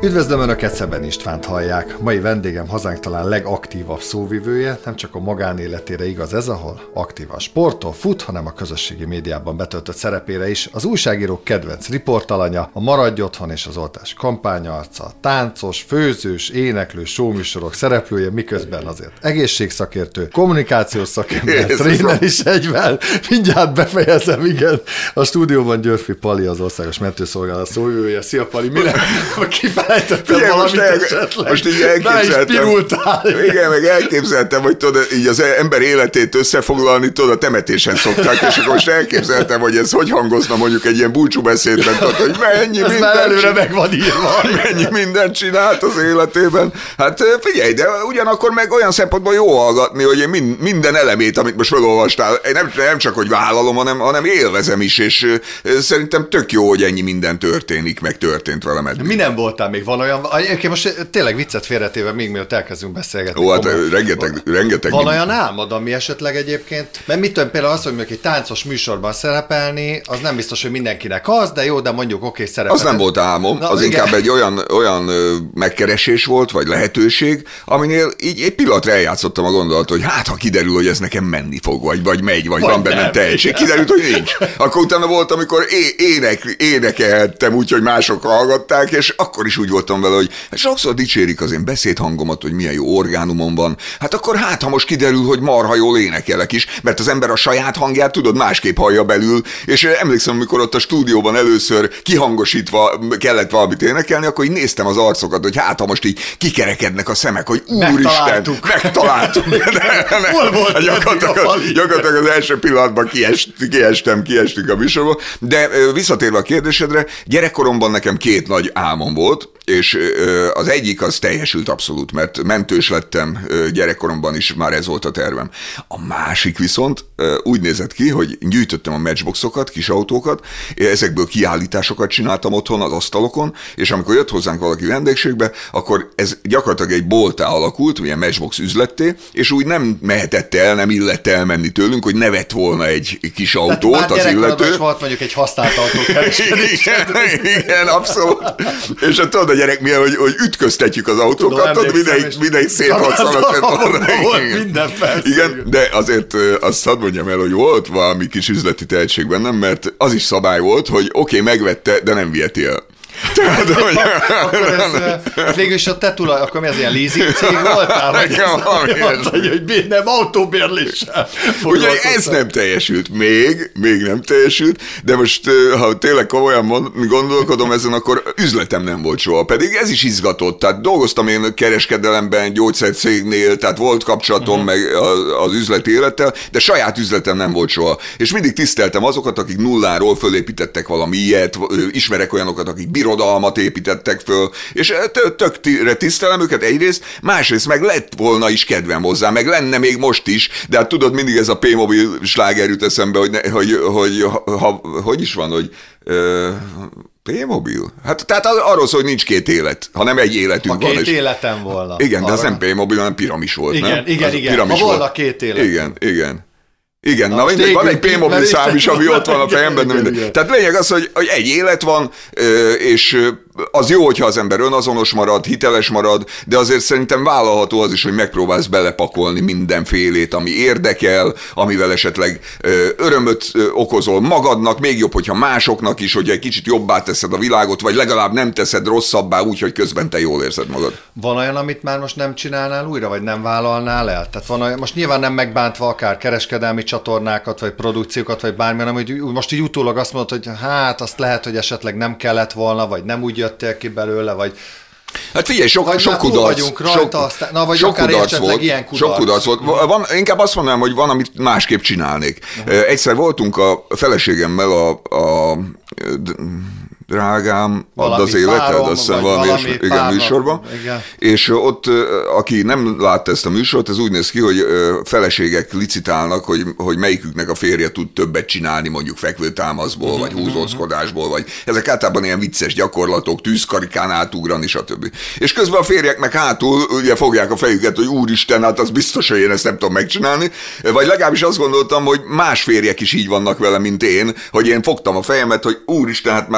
Üdvözlöm Önöket, Szeben Istvánt hallják. Mai vendégem hazánk talán legaktívabb szóvivője, nem csak a magánéletére igaz ez, ahol aktívan sportol, fut, hanem a közösségi médiában betöltött szerepére is. Az újságírók kedvenc riportalanya, a Maradj Otthon és az oltás kampányarca, táncos, főzős, éneklő, showműsorok szereplője, miközben azért egészségszakértő, kommunikációs szakember, tréner is egyben. Mindjárt befejezem, igen. A stúdióban Györfi Pali, az Országos Mentőszolgálat szóvivője. Szia Pali, mire kifelejtettem valamit esetleg? Most így elképzeltem. Igen, meg elképzeltem, hogy tudod, így az ember életét összefoglalni, tudod, a temetésen szokták, és akkor most elképzeltem, hogy ez hogy hangozna mondjuk egy ilyen búcsúbeszédben, tudod, hogy mennyi mindent csinált az életében. Hát figyelj, de ugyanakkor meg olyan szempontból jó hallgatni, hogy én minden elemét, amit most felolvastál, nem csak, hogy vállalom, hanem élvezem is, és szerintem tök jó, hogy ennyi minden történik, meg történt velem eddig. Mi nem voltál még? Van olyan, most tényleg viccet félretéve, még mielőtt elkezdünk beszélgetni. Ó, hát rengeteg. Van olyan álmod, ami esetleg egyébként, mert mit tudom, például azt, hogy mondjuk egy táncos műsorban szerepelni, az nem biztos, hogy mindenkinek az, de jó, de mondjuk oké, szerepel. Az nem volt álmom, az igen. Inkább egy olyan megkeresés volt, vagy lehetőség, aminél így egy pillanatra eljátszottam a gondolatot, hogy hát ha kiderül, hogy ez nekem menni fog, vagy megy, vagy van benne tehetség. Kiderült, hogy nincs. Akkor utána volt, amikor énekeltem úgy, hogy mások hallgatták, és akkor is úgy voltam vele, hogy sokszor dicsérik az én beszédhangomat, hogy milyen jó orgánumom van. Hát akkor ha most kiderül, hogy marha jól énekelek is, mert az ember a saját hangját tudod másképp hallja belül, és emlékszem, amikor ott a stúdióban először kihangosítva kellett valamit énekelni, akkor így néztem az arcokat, hogy ha most így kikerekednek a szemek, hogy úristen, megtaláltuk. Hol volt gyakorlatilag az első pillanatban kiestünk a műsorba. De visszatérve a kérdésedre, gyerekkoromban nekem két nagy álmom volt, és az egyik az teljesült abszolút, mert mentős lettem gyerekkoromban is, már ez volt a tervem. A másik viszont úgy nézett ki, hogy gyűjtöttem a matchboxokat, kis autókat, ezekből kiállításokat csináltam otthon az asztalokon, és amikor jött hozzánk valaki vendégségbe, akkor ez gyakorlatilag egy bolttá alakult, ilyen matchbox üzletté, és úgy nem mehetett el, nem illett elmenni tőlünk, hogy ne vett volna egy kis autót az illető. Volt mondjuk egy használt autókereskedés. Igen, abszolút. És tudod, a gyerek milyen, hogy ütköztetjük az autókat, tudod, mindenki széthatszalat. Igen, de azért azt hadd mondjam el, hogy volt valami kis üzleti tehetség bennem, mert az is szabály volt, hogy oké, megvette, de nem viheti el. Akkor végülis a te tulaj, akkor mi az ilyen leasing cég voltál? Hogy nem autóbérléssel. Ugye ez nem teljesült, még nem teljesült, de most ha tényleg komolyan gondolkodom ezen, akkor üzletem nem volt soha, pedig ez is izgatott, tehát dolgoztam én kereskedelemben, gyógyszercégnél, tehát volt kapcsolatom meg az üzleti élettel, de saját üzletem nem volt soha, és mindig tiszteltem azokat, akik nulláról fölépítettek valami ilyet, ismerek olyanokat, akik birodalmat építettek föl, és tökre tisztelem őket egyrészt, másrészt meg lett volna is kedvem hozzá, meg lenne még most is, de hát tudod, mindig ez a P-mobil sláger jut eszembe, hogy is van, hogy P-mobil? Hát tehát arról szól, hogy nincs két élet, hanem egy életünk van. Ha két életem volna. Igen, de az nem P-mobil, hanem piramis volt, nem? Igen. Ha volna két élet. Igen, na mindegy, van egy P-mobil szám is, ami ott van a fejemben. Tehát lényeg az, hogy egy élet van, és az jó, hogyha az ember önazonos marad, hiteles marad, de azért szerintem vállalható az is, hogy megpróbálsz belepakolni mindenfélét, ami érdekel, amivel esetleg örömöt okozol magadnak, még jobb, hogyha másoknak is, hogy egy kicsit jobbá teszed a világot, vagy legalább nem teszed rosszabbá, úgyhogy közben te jól érzed magad. Van olyan, amit már most nem csinálnál újra, vagy nem vállalnál el? Tehát van olyan, most nyilván nem megbántva akár kereskedelmi csatornákat, vagy produkciókat, vagy bármilyen, hogy most így utólag azt mondod, hogy hát azt lehet, hogy esetleg nem kellett volna, vagy nem úgy jöttél ki belőle, vagy... Hát figyelj, sok kudarc volt. Inkább azt mondanám, hogy van, amit másképp csinálnék. Egyszer voltunk a feleségemmel a drágám, add az életed, azt hiszem valami műsorban. Igen. És ott, aki nem látta ezt a műsort, ez úgy néz ki, hogy feleségek licitálnak, hogy melyiküknek a férje tud többet csinálni, mondjuk fekvőtámaszból, vagy húzózkodásból, vagy ezek általában ilyen vicces gyakorlatok, tűzkarikán átugrani, stb. És közben a férjeknek hátul ugye fogják a fejüket, hogy úristen, hát az biztos, hogy én ezt nem tudom megcsinálni. Vagy legalábbis azt gondoltam, hogy más férjek is így vannak vele, mint én, hogy én fogtam a fejemet, hogy úristen, hát már nem is tudom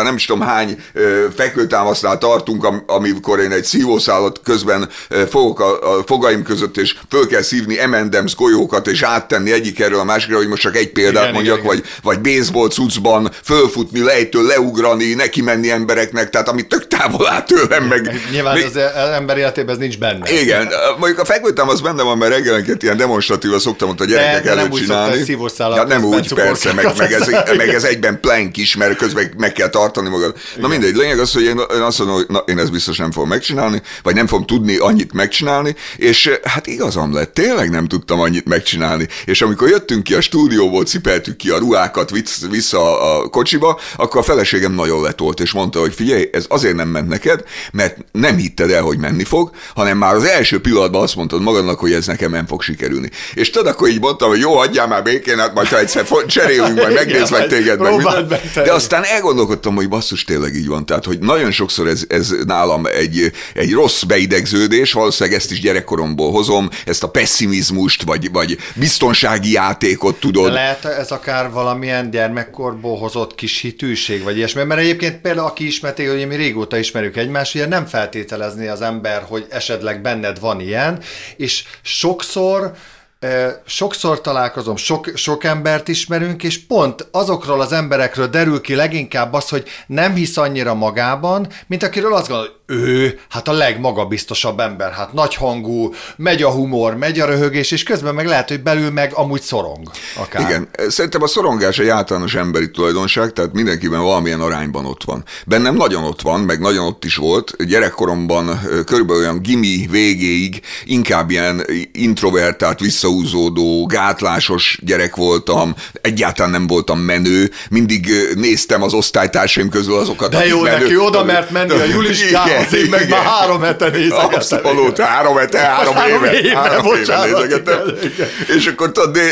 hány fekvőtámasznál tartunk, amikor én egy szívószálat közben fogok a fogaim között, és föl kell szívni M&M's golyókat, és áttenni egyik erről a másikra, hogy most csak egy példát mondjak, vagy baseball cuccban fölfutni, lejtől leugrani, neki menni embereknek, tehát ami tök távol áll tőlem meg. Nyilván az ember életében ez nincs benne. Igen, mondjuk a fekvőtámasz benne van, mert reggelenként ilyen demonstratívan szoktam ott a gyerekek előtt csinálni. Ja, nem úgy, persze, meg ez egyben plank is, mert közben meg kell tartani magad. Na mindegy, lényeg az, hogy én azt mondom, hogy én ezt biztos nem fogom megcsinálni, vagy nem fogom tudni annyit megcsinálni, és hát igazam lett, tényleg nem tudtam annyit megcsinálni. És amikor jöttünk ki a stúdióból, cipeltük ki a ruhákat vissza a kocsiba, akkor a feleségem nagyon letolt, és mondta, hogy figyelj, ez azért nem ment neked, mert nem hitted el, hogy menni fog, hanem már az első pillanatban azt mondtad magadnak, hogy ez nekem nem fog sikerülni. És tudod, akkor így mondtam, hogy jó, hagyjál már békén, hát majd ha egyszer cserélünk, majd megnézlek téged meg. De aztán elgondolkodtam, hogy basszus, tényleg így van. Tehát, hogy nagyon sokszor ez nálam egy rossz beidegződés, valószínűleg ezt is gyerekkoromból hozom, ezt a pessimizmust, vagy biztonsági játékot, tudod. De lehet ez akár valamilyen gyermekkorból hozott kis hitűség, vagy ilyesmi? Mert egyébként például, aki ismerték, hogy mi régóta ismerjük egymást, ugye nem feltételezni az ember, hogy esetleg benned van ilyen, és sokszor találkozom, sok embert ismerünk, és pont azokról az emberekről derül ki leginkább az, hogy nem hisz annyira magában, mint akiről azt gondol, hogy ő, hát a legmagabiztosabb ember, hát nagyhangú, megy a humor, megy a röhögés, és közben meg lehet, hogy belül meg amúgy szorong. Akár. Igen, szerintem a szorongás egy általános emberi tulajdonság, tehát mindenkiben valamilyen arányban ott van. Bennem nagyon ott van, meg nagyon ott is volt. Gyerekkoromban körülbelül olyan gimi végéig inkább ilyen introvertált, visszahúzódó, gátlásos gyerek voltam, egyáltalán nem voltam menő, mindig néztem az osztálytársaim közül azokat, de jó, neki oda mert menni a Juliskám, azért meg már 3 hete nézegettem. Abszolút, 3 éve nézegettem. És akkor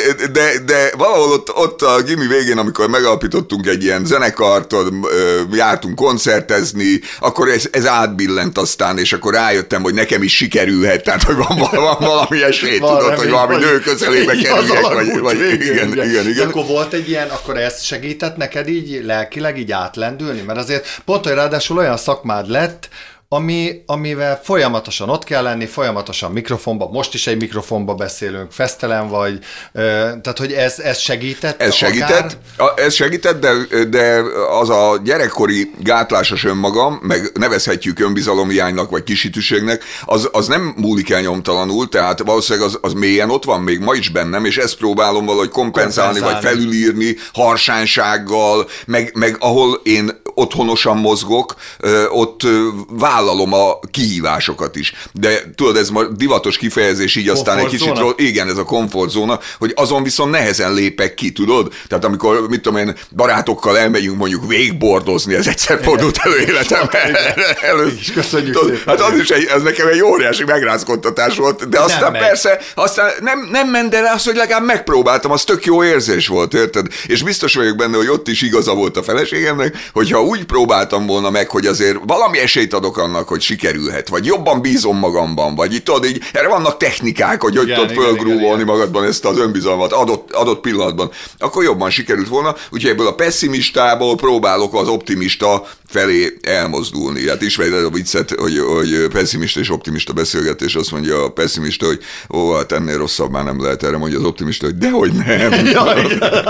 de valahol ott a gimi végén, amikor megalapítottunk egy ilyen zenekart, jártunk koncertezni, akkor ez átbillent aztán, és akkor rájöttem, hogy nekem is sikerülhet, tehát hogy van valami esély, tudod, hogy valami nő közelébe kerüljek, vagy igen. Akkor volt egy ilyen, akkor ez segített neked így lelkileg így átlendülni? Mert azért pont, hogy ráadásul olyan szakmád lett, amivel folyamatosan ott kell lenni, folyamatosan mikrofonba, most is egy mikrofonba beszélünk, fesztelen vagy, tehát hogy ez segített? Ez segített, de az a gyerekkori gátlásos önmagam, meg nevezhetjük önbizalomhiánynak, vagy kisítőségnek, az nem múlik el nyomtalanul, tehát valószínűleg az mélyen ott van még ma is bennem, és ezt próbálom valahogy kompenzálni. Vagy felülírni harsánysággal, meg ahol én otthonosan mozgok, ott vállalom a kihívásokat is. De tudod, ez ma divatos kifejezés, így aztán egy kicsit igen, ez a komfortzóna, hogy azon viszont nehezen lépek ki, tudod? Tehát amikor, mit tudom én, barátokkal elmegyünk mondjuk végbordozni, ez egyszer fordult elő életemben. Köszönjük szépen. Hát az is ez nekem egy óriási megrázkodtatás volt, de aztán persze, nem ment el az, hogy legalább megpróbáltam, az tök jó érzés volt, érted? És biztos vagyok benne, hogy ott is igaza volt a feleségemnek, hogyha úgy próbáltam volna meg, hogy azért valami esélyt adok annak, hogy sikerülhet, vagy jobban bízom magamban, vagy itt tudod, így erre vannak technikák, hogy tudod fölgrúvolni magadban ezt az önbizalmat adott pillanatban, akkor jobban sikerült volna, úgyhogy ebből a pessimistából próbálok az optimista felé elmozdulni. Hát ismered a viccet, hogy pessimista és optimista beszélgetés, azt mondja a pessimista, hogy hát ennél rosszabb már nem lehet, erre mondja az optimista, hogy dehogy nem. Jaj,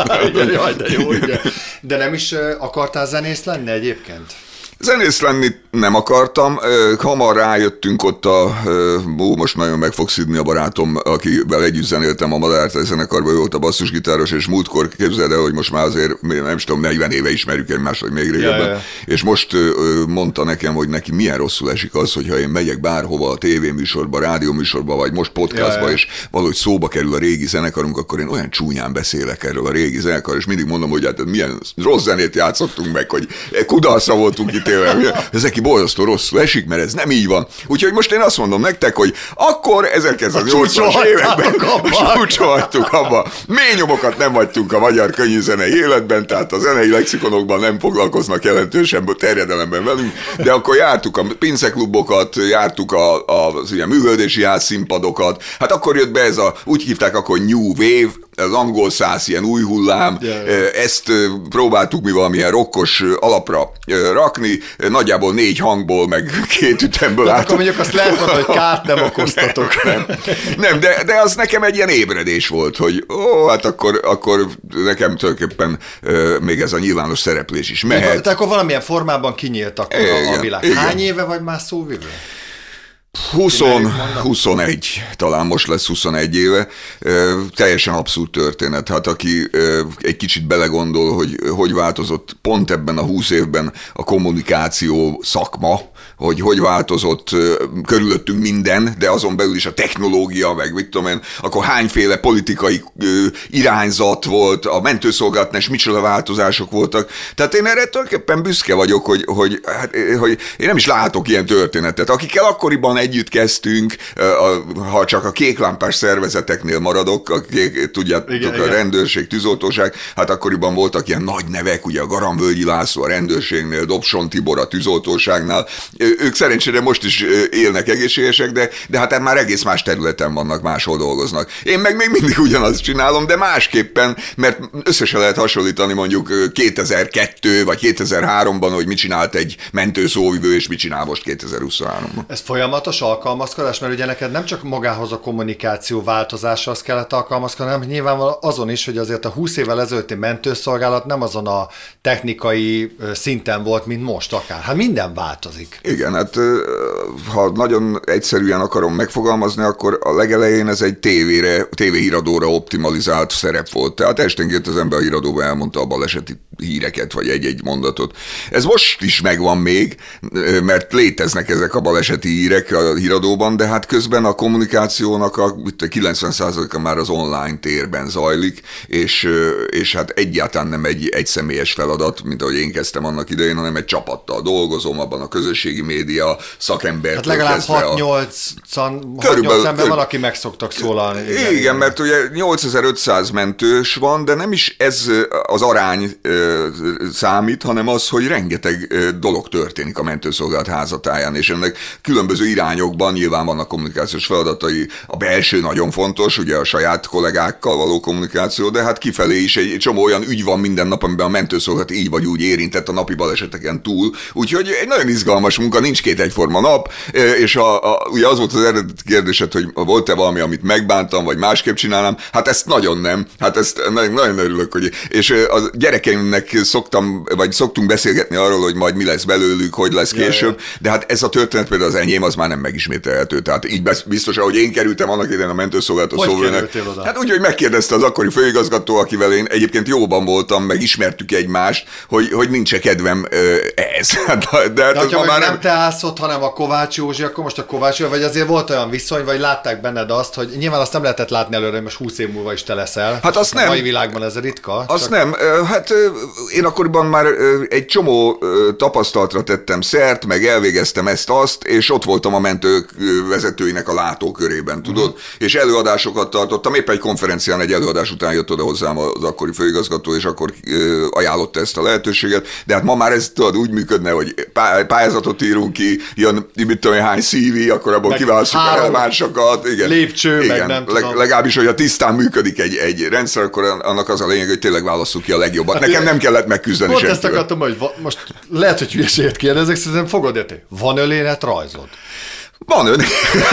de jó, igen. De nem is akartál zenész lenni egyébként? Zenész lenni nem akartam, hamar rájöttünk ott most nagyon meg fog szidni a barátom, akivel együtt zenéltem a Madártai zenekarban, ő volt a basszusgitáros, és múltkor képzeld el, hogy most már azért, nem tudom, 40 éve ismerjük egymást, vagy még régebben, és most mondta nekem, hogy neki milyen rosszul esik az, hogyha én megyek bárhova a tévéműsorba, rádióműsorba, vagy most podcastba, és valahogy szóba kerül a régi zenekarunk, akkor én olyan csúnyán beszélek erről a régi zenekar, és mindig mondom, hogy hát milyen rossz zenét játszottunk meg, hogy kudarcra voltunk itt. Ez neki borzasztó rosszul esik, mert ez nem így van. Úgyhogy most én azt mondom nektek, hogy akkor 1980-as években csúcsolhattuk abba. Mély nyomokat nem hagytunk a magyar könnyű zenei életben, tehát a zenei lexikonokban nem foglalkoznak jelentősen terjedelemben velünk, de akkor jártuk a pinceklubokat, jártuk az ilyen művöldési házszínpadokat, hát akkor jött be ez úgy hívták akkor New Wave, az angol száz ilyen új hullám, ezt próbáltuk mi valamilyen rokkos alapra rakni, nagyjából 4 hangból, meg 2 ütemből állt. Akkor mondjuk azt lehet mondani, hogy kárt nem okoztatok. Nem, de az nekem egy ilyen ébredés volt, hogy hát akkor nekem tulajdonképpen még ez a nyilvános szereplés is mehet. De akkor valamilyen formában kinyílt akkor a világ. Hány éve vagy már szóvivő? 21, talán most lesz 21 éve, teljesen abszurd történet. Hát aki egy kicsit belegondol, hogy változott pont ebben a 20 évben a kommunikáció szakma, hogy változott körülöttünk minden, de azon belül is a technológia, meg mit tudom én, akkor hányféle politikai irányzat volt, a mentőszolgálatnál és micsoda változások voltak. Tehát én erre tulajdonképpen büszke vagyok, hogy én nem is látok ilyen történetet. Akikkel akkoriban együtt kezdtünk, ha csak a kéklámpás szervezeteknél maradok, tudjátok, a rendőrség, tűzoltóság, hát akkoriban voltak ilyen nagy nevek, ugye a Garamvölgyi László a rendőrségnél, Dobson Tibor a tűzoltóságnál. Ők szerencsére most is élnek egészségesek, de hát már egész más területen vannak, máshol dolgoznak. Én meg még mindig ugyanazt csinálom, de másképpen, mert összesen lehet hasonlítani mondjuk 2002 vagy 2003-ban, hogy mit csinált egy mentőszóvivő, és mit csinál most 2023-ban. Ez folyamatos alkalmazkodás, mert ugye neked nem csak magához a kommunikáció változáshoz kellett alkalmazkodni, hanem nyilvánvalóan azon is, hogy azért a 20 évvel ezelőtti mentőszolgálat nem azon a technikai szinten volt, mint most akár. Hát minden változik. Igen, hát ha nagyon egyszerűen akarom megfogalmazni, akkor a legelején ez egy tévéhíradóra optimalizált szerep volt. Tehát esténként az ember a híradóban elmondta a baleseti híreket, vagy egy-egy mondatot. Ez most is megvan még, mert léteznek ezek a baleseti hírek a híradóban, de hát közben a kommunikációnak a 90%-a már az online térben zajlik, és hát egyáltalán nem egy személyes feladat, mint ahogy én kezdtem annak idején, hanem egy csapattal dolgozom abban a közösségi média szakembertől kezdve. Hát legalább 6-8 ember van, aki meg szoktak szólalni. Igen, mert ugye 8500 mentős van, de nem is ez az arány számít, hanem az, hogy rengeteg dolog történik a mentőszolgálat házatáján, és ennek különböző irányokban nyilván vannak kommunikációs feladatai. A belső nagyon fontos, ugye a saját kollégákkal való kommunikáció, de hát kifelé is egy csomó olyan ügy van minden nap, amiben a mentőszolgálat így vagy úgy érintett a napi baleseteken túl. Úgyhogy egy nagyon izgalmas munka, nincs két egyforma nap, és ugye az volt az eredeti kérdésed, hogy volt-e valami, amit megbántam, vagy másképp csinálnám. Hát ezt nagyon nem. Hát ezt nagyon örülök, hogy... És a gyerekeimnek szoktunk beszélgetni arról, hogy majd mi lesz belőlük, hogy lesz később, de hát ez a történet például az enyém, az már nem megismételhető. Tehát így biztos, ahogy én kerültem annak idején a mentőszolgálatos szóvivőnek. Hát úgy, hogy megkérdezte az akkori főigazgató, akivel én egyébként jóban voltam, meg ismertük egymást, hogy nincs-e kedvem ez. De hát ha már nem te állsz ott, hanem a Kovács Józsi, akkor most a Kovács Józsi, vagy azért volt olyan viszony, vagy látták benned azt, hogy nyilván azt nem lehetett látni előre, hogy most 20 év múlva is te leszel. Hát azt nem. A mai világban ez ritka. Azt nem. Hát én akkoriban már egy csomó tapasztalatra tettem szert, meg elvégeztem ezt-azt, és ott voltam a mentők vezetőinek a látókörében, tudod? És előadásokat tartottam. Épp egy konferencián egy előadás után jött oda hozzám az akkori főigazgató, és akkor ajánlotta ezt a lehetőséget. De hát ma már ez tudod úgy működne, hogy pályázatot írunk ki, jön, mit tudom én, hány CV, akkor abból kiválasztjuk a relevánsokat. Igen. Lépcső, igen. Meg nem tudom. Legalábbis, hogyha tisztán működik egy rendszer, akkor annak az a lényeg, hogy tényleg válasszuk ki a legjobbat. Hát nekem nem kellett megküzdeni senkivel. Pont ezt akartam, hogy most lehet, hogy hülyeséget kérdezek, szerintem fogod érteni. Van önéletrajzod? Van ön.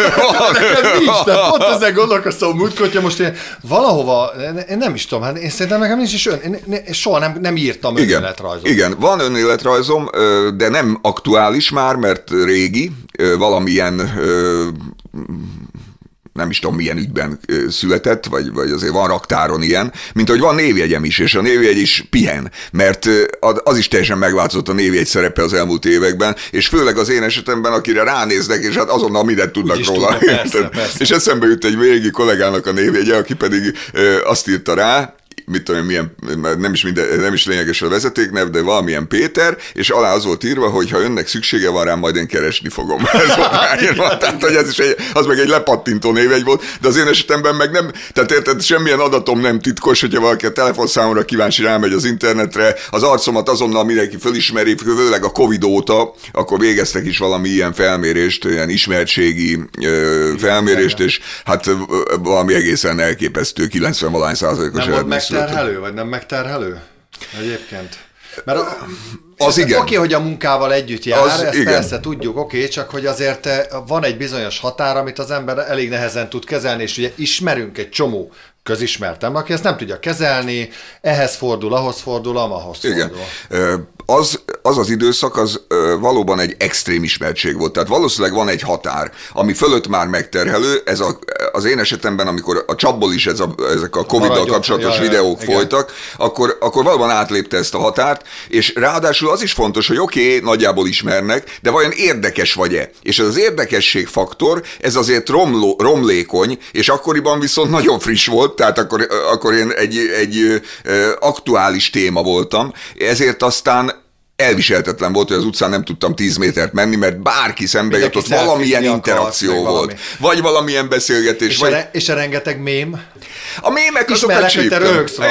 Nincs, de pont ezen gondolkoztam múltkor, hogyha most én valahova, én nem is tudom, hát én szerintem nekem nincs is én soha nem írtam önéletrajzot. Igen, van önéletrajzom, de nem aktuális már, mert régi, valamilyen nem is tudom milyen ügyben született, vagy azért van raktáron ilyen, mint hogy van névjegyem is, és a névjegy is pihen, mert az is teljesen megváltozott a névjegy szerepe az elmúlt években, és főleg az én esetemben, akire ránéznek, és hát azonnal mindent tudnak róla. Persze. És eszembe jut egy régi kollégának a névjegye, aki pedig azt írta rá, mit tudom, milyen, nem is lényeges a vezetéknev, de valamilyen Péter, és alá az volt írva, hogy ha önnek szüksége van rám, majd én keresni fogom. Ez volt ráírva, tehát hogy ez is az meg egy lepattintó névegy volt, de az én esetemben meg nem, tehát érted, semmilyen adatom nem titkos, hogyha valaki a telefonszámomra kíváncsi rámegy az internetre, az arcomat azonnal mindenki fölismeri, főleg a Covid óta, akkor végeztek is valami ilyen felmérést, ilyen ismertségi felmérést, és hát valami egészen elképesztő, 90-valány%-os nem volt megterhelő, vagy nem megterhelő? Egyébként. Mert az igen. Oké, hogy a munkával együtt jár, ezt igen. Persze tudjuk, oké, csak hogy azért van egy bizonyos határ, amit az ember elég nehezen tud kezelni, és ugye ismerünk egy csomó közismertem, aki ezt nem tudja kezelni, ehhez fordul, ahhoz fordul, amahoz igen. fordul. Az időszak az valóban egy extrém ismertség volt. Tehát valószínűleg van egy határ, ami fölött már megterhelő. Ez az én esetemben, amikor a csapból is ezek a Covid-dal kapcsolatos videók folytak, akkor valóban átlépte ezt a határt, és ráadásul az is fontos, hogy oké, nagyjából ismernek, de vajon érdekes vagy-e? És ez az érdekesség faktor, ez azért romlékony, és akkoriban viszont nagyon friss volt, tehát akkor én egy aktuális téma voltam, ezért aztán elviselhetetlen volt, hogy az utcán nem tudtam 10 métert menni, mert bárki szembe jött, ott valamilyen interakció volt. Vagy valamilyen beszélgetés. És a rengeteg mém? A mémek azokat csíptem.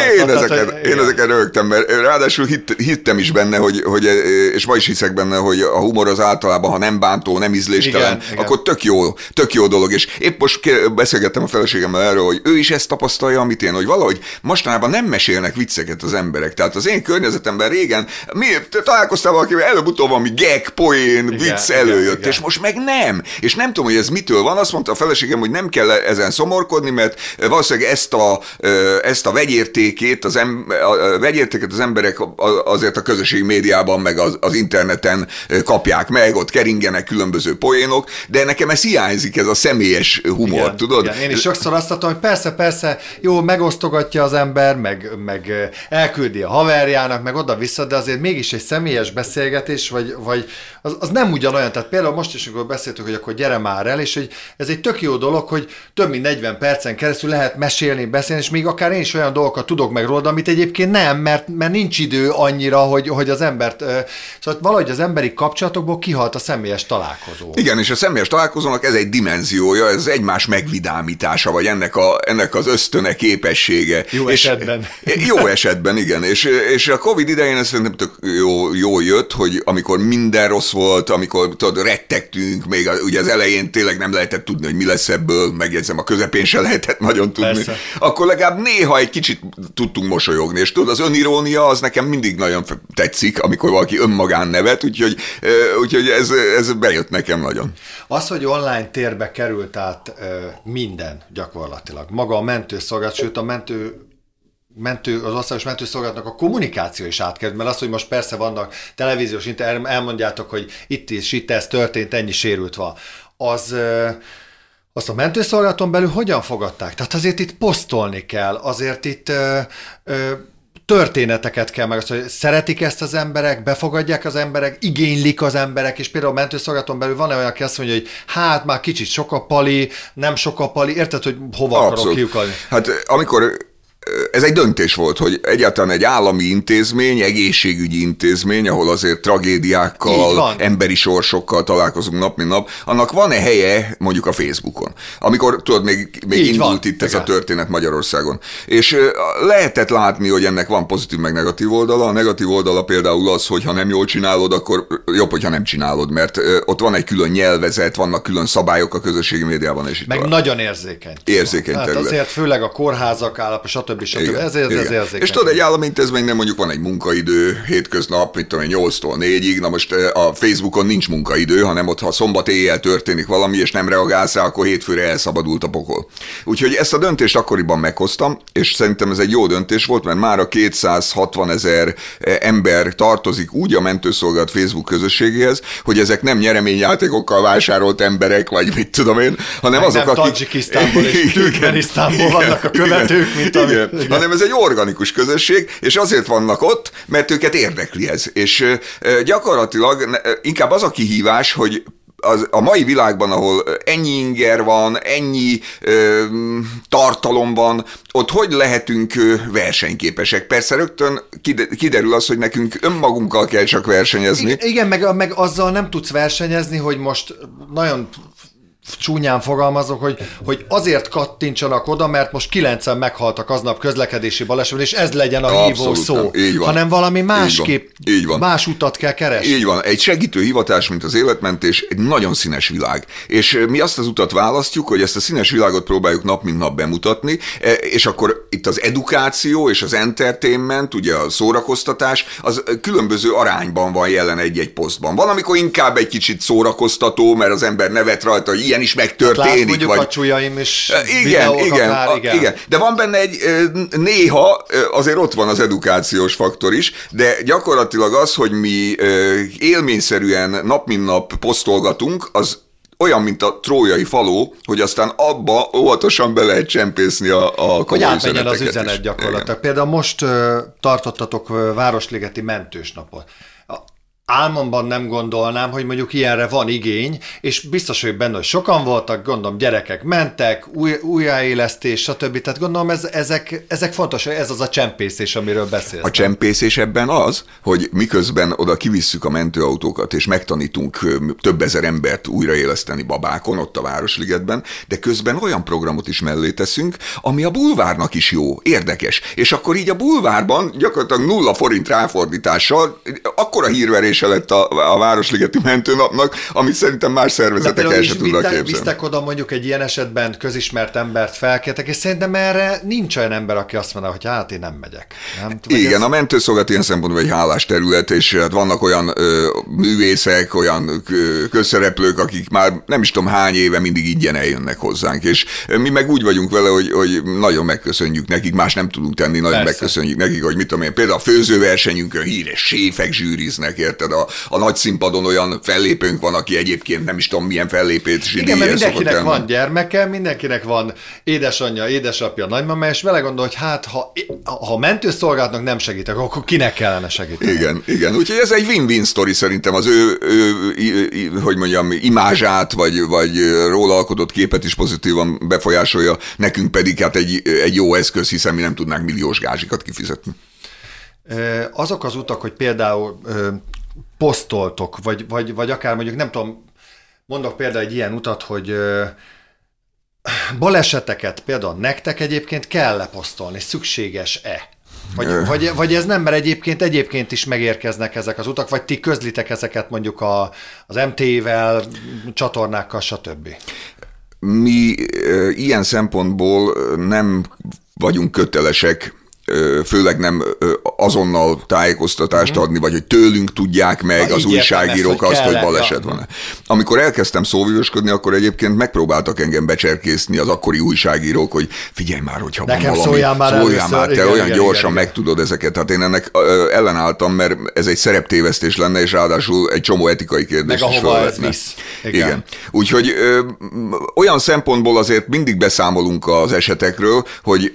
Én ezeken rögtem, mert ráadásul hittem is benne, és ma is hiszek benne, hogy a humor az általában, ha nem bántó, nem ízléstelen, igen. Akkor tök jó dolog. És épp most beszélgettem a feleségemmel erről, hogy ő is ezt tapasztalja, amit én, hogy valahogy mostanában nem mesélnek vicceket az emberek. Tehát az én környezetemben régen, találkoztál valakivel, előbb-utóbb valami gag, poén, vicc előjött, igen. És most meg nem. És nem tudom, hogy ez mitől van. Azt mondta a feleségem, hogy nem kell ezen szomorkodni, mert valószínűleg ezt a vegyértéket az emberek azért a közösségi médiában, meg az interneten kapják meg, ott keringenek különböző poénok, de nekem ez hiányzik, ez a személyes humor, igen, tudod? Igen. Én is sokszor azt mondtam, hogy persze, jó, megosztogatja az ember, meg elküldi a haverjának, meg oda-vissza, de azért mégis egy személyes beszélgetés, vagy az nem ugyanolyan. Tehát például most is, amikor beszéltük, hogy akkor gyere már el, és hogy ez egy tök jó dolog, hogy több mint 40 percen keresztül lehet mesélni, beszélni, és még akár én is olyan dolgokat tudok meg róla, amit egyébként nem, mert nincs idő annyira, hogy az embert... Szóval valahogy az emberi kapcsolatokból kihalt a személyes találkozó. Igen, és a személyes találkozónak ez egy dimenziója, ez egymás megvidámítása, vagy ennek az ösztöne képessége. Jó esetben. Jó esetben, igen. És a Covid idején ez szerintem tök jó jött, hogy amikor minden rossz volt, amikor tudod, rettegtünk, még ugye az elején tényleg nem lehetett tudni, hogy mi lesz ebből, megjegyzem, a közepén se lehetett nagyon tudni. Persze. Akkor legalább néha egy kicsit tudtunk mosolyogni, és tudod, az önirónia az nekem mindig nagyon tetszik, amikor valaki önmagán nevet, úgyhogy ez bejött nekem nagyon. Az, hogy online térbe került át minden gyakorlatilag, maga a mentőszolgálat, sőt az országos mentőszolgálatnak a kommunikáció is átkerült, mert az, hogy most persze vannak televíziós elmondjátok, hogy itt ez történt, ennyi sérült van. Azt a mentőszolgálaton belül hogyan fogadták? Tehát azért itt posztolni kell, azért itt történeteket kell meg, hogy szeretik ezt az emberek, befogadják az emberek, igénylik az emberek, és például a mentőszolgálaton belül van olyan, aki azt mondja, hogy hát már kicsit sok a pali, nem sok a pali, érted, hogy hova akarok kiukalni? Hát amikor ez egy döntés volt, hogy egyáltalán egy állami intézmény, egészségügyi intézmény, ahol azért tragédiákkal, emberi sorsokkal találkozunk nap, mint nap, annak van-e helye mondjuk a Facebookon? Amikor tudod, még indult itt ez a történet Magyarországon. És lehetett látni, hogy ennek van pozitív meg negatív oldala. A negatív oldala például az, hogy ha nem jól csinálod, akkor jobb, hogyha nem csinálod, mert ott van egy külön nyelvezet, vannak külön szabályok a közösségi médiában, és itt meg nagyon érzékeny. Érzékeny terület. Hát azért főleg a kórházak állapot, stb. Ezért érzékeny. És tudod, egy állami intézményben mondjuk van egy munkaidő, hétköznap, mit tudom, 8-tól 4-ig, na most a Facebookon nincs munkaidő, hanem ott, ha szombat éjjel történik valami, és nem reagálsz rá, akkor hétfőre elszabadult a pokol. Úgyhogy ezt a döntést akkoriban meghoztam, és szerintem ez egy jó döntés volt, mert már a 260 000 ember tartozik úgy a mentőszolgálat Facebook közösségéhez, hogy ezek nem nyereményjátékokkal vásárolt emberek, vagy mit tudom én, hanem azok, akik... Tadzsikisztánból és Türkmenisztánból vannak a követők, mint hanem ez egy organikus közösség, és azért vannak ott, mert őket érdekli ez. És gyakorlatilag inkább az a kihívás, hogy a mai világban, ahol ennyi inger van, ennyi tartalom van, ott hogy lehetünk versenyképesek? Persze rögtön kiderül az, hogy nekünk önmagunkkal kell csak versenyezni. Igen, meg azzal nem tudsz versenyezni, hogy most nagyon csúnyán fogalmazok, hogy azért kattintsanak oda, mert most 9-en meghaltak aznap közlekedési balesetben, és ez legyen a hívó szó, hanem valami másképp, más utat kell keresni. Így van, egy segítő hivatás, mint az életmentés, egy nagyon színes világ. És mi azt az utat választjuk, hogy ezt a színes világot próbáljuk nap mint nap bemutatni, és akkor itt az edukáció és az entertainment, ugye a szórakoztatás, az különböző arányban van jelen egy-egy posztban. Van, amikor inkább egy kicsit szórakoztató, mert az ember nevet rajta, hogy ilyen is megtörténik. Mondjuk vagy... a csúlyaim is igen. De van benne egy néha azért ott van az edukációs faktor is, de gyakorlatilag az, hogy mi élményszerűen nap mint nap posztolgatunk, az olyan, mint a trójai faló, hogy aztán abba óvatosan be lehet csempészni a hogy átmenjen az üzenet gyakorlatilag. Igen. Például most tartottatok Városligeti mentősnapot. Álmomban nem gondolnám, hogy mondjuk ilyenre van igény, és biztos vagyok benne, hogy sokan voltak, gondolom gyerekek mentek, újjáélesztés, stb. Tehát gondolom ezek fontos, hogy ez az a csempészés, amiről beszélsz. A csempészés ebben az, hogy miközben oda kivisszük a mentőautókat, és megtanítunk több ezer embert újraéleszteni babákon, ott a Városligetben, de közben olyan programot is mellé teszünk, ami a bulvárnak is jó, érdekes. És akkor így a bulvárban gyakorlatilag 0 forint ráfordítással akkora hírverés lett a Városligeti mentőnapnak, amit szerintem más szervezetek el sem tudnak képzelni. Visztek oda mondjuk egy ilyen esetben közismert embert felkértek, és szerintem erre nincs olyan ember, aki azt mondja, hogy hát én nem megyek. Nem? Igen, a mentőszolgálat ilyen szempontból egy hálás terület, és hát vannak olyan művészek, olyan közszereplők, akik már nem is tudom hány éve mindig ingyen eljönnek hozzánk, és mi meg úgy vagyunk vele, hogy nagyon megköszönjük nekik, más nem tudunk tenni, nagyon megköszönjük nekik, hogy mit tudom én, például a főzőversenyünkön híres séfek zsűriznek, érted? A nagy színpadon olyan fellépőnk van, aki egyébként nem is tudom milyen fellépési díjjel szokott. Igen, mindenkinek van gyermeke, mindenkinek van édesanyja, édesapja, nagymama, és vele gondol, hogy hát ha mentőszolgálatnak nem segítek, akkor kinek kellene segíteni? Igen. Úgyhogy ez egy win-win sztori szerintem, az ő hogy mondjam, imázsát, vagy róla alkotott képet is pozitívan befolyásolja, nekünk pedig hát egy jó eszköz, hiszen mi nem tudnánk milliós gázsikat kifizetni. Azok az utak, hogy például posztoltok, vagy akár mondjuk, nem tudom, mondok például egy ilyen utat, hogy baleseteket például nektek egyébként kell leposztolni, szükséges-e? Vagy ez nem, mert egyébként is megérkeznek ezek az utak, vagy ti közlitek ezeket mondjuk az MT-vel, csatornákkal, stb. Mi ilyen szempontból nem vagyunk kötelesek, főleg nem azonnal tájékoztatást adni, vagy hogy tőlünk tudják meg az újságírók azt, hogy baleset van. Amikor elkezdtem szóvivősködni, akkor egyébként megpróbáltak engem becserkészni az akkori újságírók, hogy figyelj már, hogyha van valami, szóljál már, te olyan gyorsan megtudod ezeket. Hát én ennek ellenálltam, mert ez egy szereptévesztés lenne, és ráadásul egy csomó etikai kérdést is felvetne. Igen. Úgyhogy olyan szempontból azért mindig beszámolunk az esetekről, hogy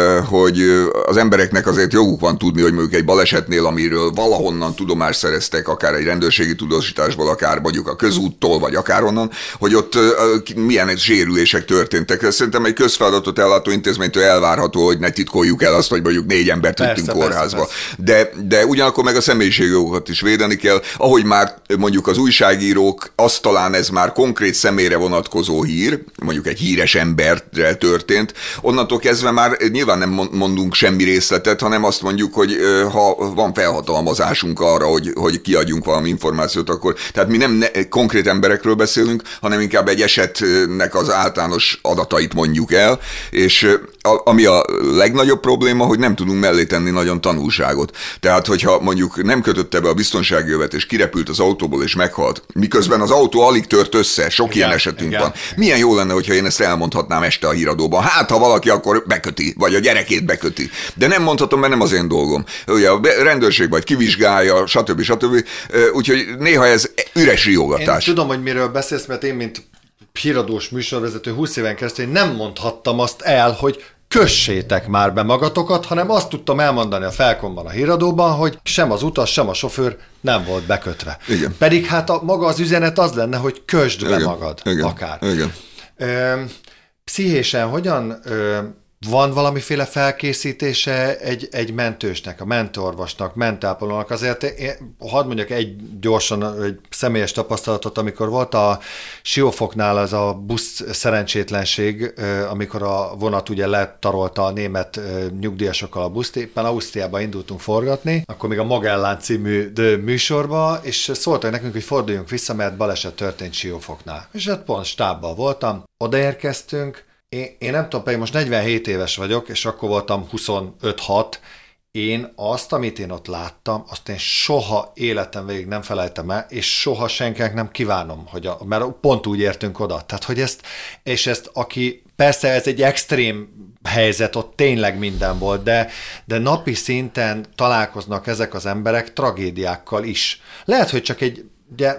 az embereknek azért joguk van tudni, hogy mondjuk egy balesetnél, amiről valahonnan tudomást szereztek, akár egy rendőrségi tudósításból, akár mondjuk a közúttól, vagy akárhonnan, hogy ott milyen sérülések történtek. Szerintem egy közfeladatot ellátó intézménytől elvárható, hogy ne titkoljuk el azt, hogy mondjuk 4 embert vittünk kórházba. De ugyanakkor meg a személyiségjogokat is védeni kell, ahogy már mondjuk az újságírók, azt talán ez már konkrét személyre vonatkozó hír, mondjuk egy híres emberrel történt, onnantól kezdve már nyilván nem mondunk semmi részletet, hanem azt mondjuk, hogy ha van felhatalmazásunk arra, hogy kiadjunk valami információt, akkor tehát mi nem konkrét emberekről beszélünk, hanem inkább egy esetnek az általános adatait mondjuk el, és ami a legnagyobb probléma, hogy nem tudunk mellé tenni nagyon tanulságot. Tehát, hogyha mondjuk nem kötötte be a biztonsági övet, és kirepült az autóból, és meghalt, miközben az autó alig tört össze, sok ilyen esetünk van. Milyen jó lenne, hogyha én ezt elmondhatnám este a híradóban. Hát, ha valaki akkor beköti, vagy a gyerekét beköti. De nem mondhatom, mert nem az én dolgom. Ugye a rendőrség vagy kivizsgálja, stb. Úgyhogy néha ez üres riogatás. Én tudom, hogy miről beszélsz, mert én, mint híradós műsorvezető 20 éven keresztül, én nem mondhattam azt el, hogy kössétek már be magatokat, hanem azt tudtam elmondani a Felkonban, a híradóban, hogy sem az utas, sem a sofőr nem volt bekötve. Igen. Pedig hát maga az üzenet az lenne, hogy kösd be magad, akár. Igen. Pszichésen hogyan van valamiféle felkészítése egy mentősnek, a mentorvosnak, mentápolónak? Azért hadd mondjak gyorsan egy személyes tapasztalatot, amikor volt a Siófoknál az a busz szerencsétlenség, amikor a vonat ugye letarolta a német nyugdíjasokkal a buszt, éppen Ausztriába indultunk forgatni, akkor még a Magellán című műsorba, és szóltak nekünk, hogy forduljunk vissza, mert baleset történt Siófoknál. És hát pont stábban voltam, odaérkeztünk. Én nem tudom, pedig most 47 éves vagyok, és akkor voltam 25-6. Én azt, amit én ott láttam, azt én soha életem végig nem felejtem el, és soha senkinek nem kívánom, mert pont úgy értünk oda. Tehát, hogy ezt aki, persze ez egy extrém helyzet, ott tényleg minden volt, de napi szinten találkoznak ezek az emberek tragédiákkal is. Lehet, hogy csak egy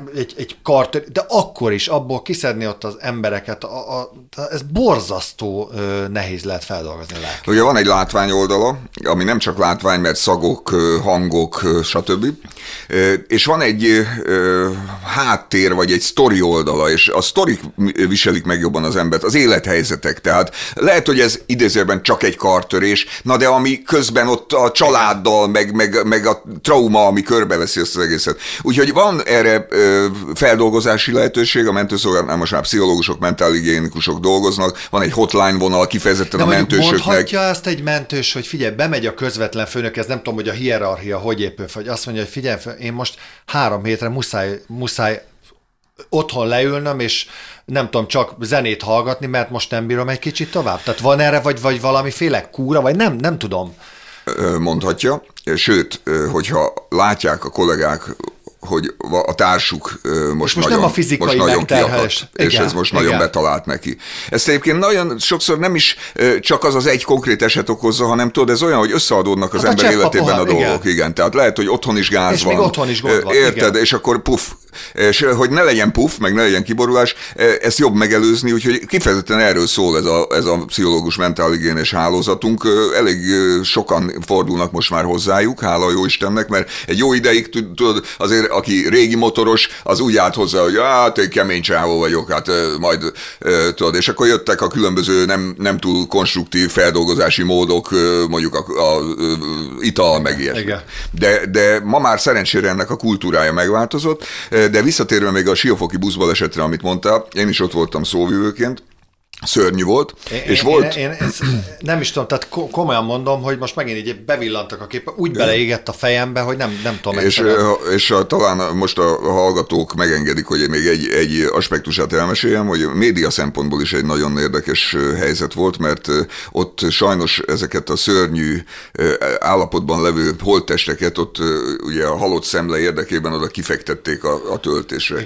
kart, de akkor is abból kiszedni ott az embereket, ez borzasztó nehéz lehet feldolgozni a lelket. Ugye van egy látvány oldala, ami nem csak látvány, mert szagok, hangok, stb. És van egy háttér, vagy egy sztori oldala, és a sztorik viselik meg jobban az embert, az élethelyzetek. Tehát lehet, hogy ez idézőben csak egy kartörés, na de ami közben ott a családdal, meg a trauma, ami körbeveszi ezt az egészet. Úgyhogy van erre feldolgozási lehetőség, a mentőszolgálatnál most már pszichológusok, mentálhigiénikusok dolgoznak, van egy hotline vonal kifejezetten de a mentősöknek. Mondhatja ezt egy mentős, hogy figyelj, bemegy a közvetlen főnök, ez nem tudom, hogy a hierarchia hogy épül fel, hogy azt mondja, hogy figyelj, én most 3 hétre muszáj otthon leülnöm, és nem tudom, csak zenét hallgatni, mert most nem bírom egy kicsit tovább. Tehát van erre, vagy valamiféle kúra, vagy nem tudom. Mondhatja, sőt, hogyha látják a kollégák, hogy a társuk most nem a fizikai nagyon kiakadt, és igen, ez most nagyon betalált neki. Ezt egyébként nagyon sokszor nem is csak az egy konkrét eset okozza, hanem tudod, ez olyan, hogy összeadódnak az ember életében a dolgok. Igen, tehát lehet, hogy otthon is gáz és van. És még otthon is gond van. Érted, igen. és akkor puff. És hogy ne legyen puff, meg ne legyen kiborulás, ezt jobb megelőzni, úgyhogy kifejezetten erről szól ez a pszichológus mentálhigiénés hálózatunk. Elég sokan fordulnak most már hozzájuk, hála a jó Istennek, mert egy jó ideig, tudod, azért aki régi motoros, az úgy állt hozzá, hogy hát én kemény csávó vagyok, hát majd tudod, és akkor jöttek a különböző nem túl konstruktív feldolgozási módok, mondjuk a ital, meg ilyesmi. De ma már szerencsére ennek a kultúrája megváltozott, de visszatérve még a siófoki buszbalesetre, amit mondtál, én is ott voltam szóvivőként, szörnyű volt, és volt... Én nem is tudom, tehát komolyan mondom, hogy most megint így bevillantak a képek, úgy beleégett a fejembe, hogy nem tudom. És talán most a hallgatók megengedik, hogy még egy aspektusát elmeséljem, hogy média szempontból is egy nagyon érdekes helyzet volt, mert ott sajnos ezeket a szörnyű állapotban levő holttesteket ott ugye a halott szemle érdekében oda kifektették a töltésre.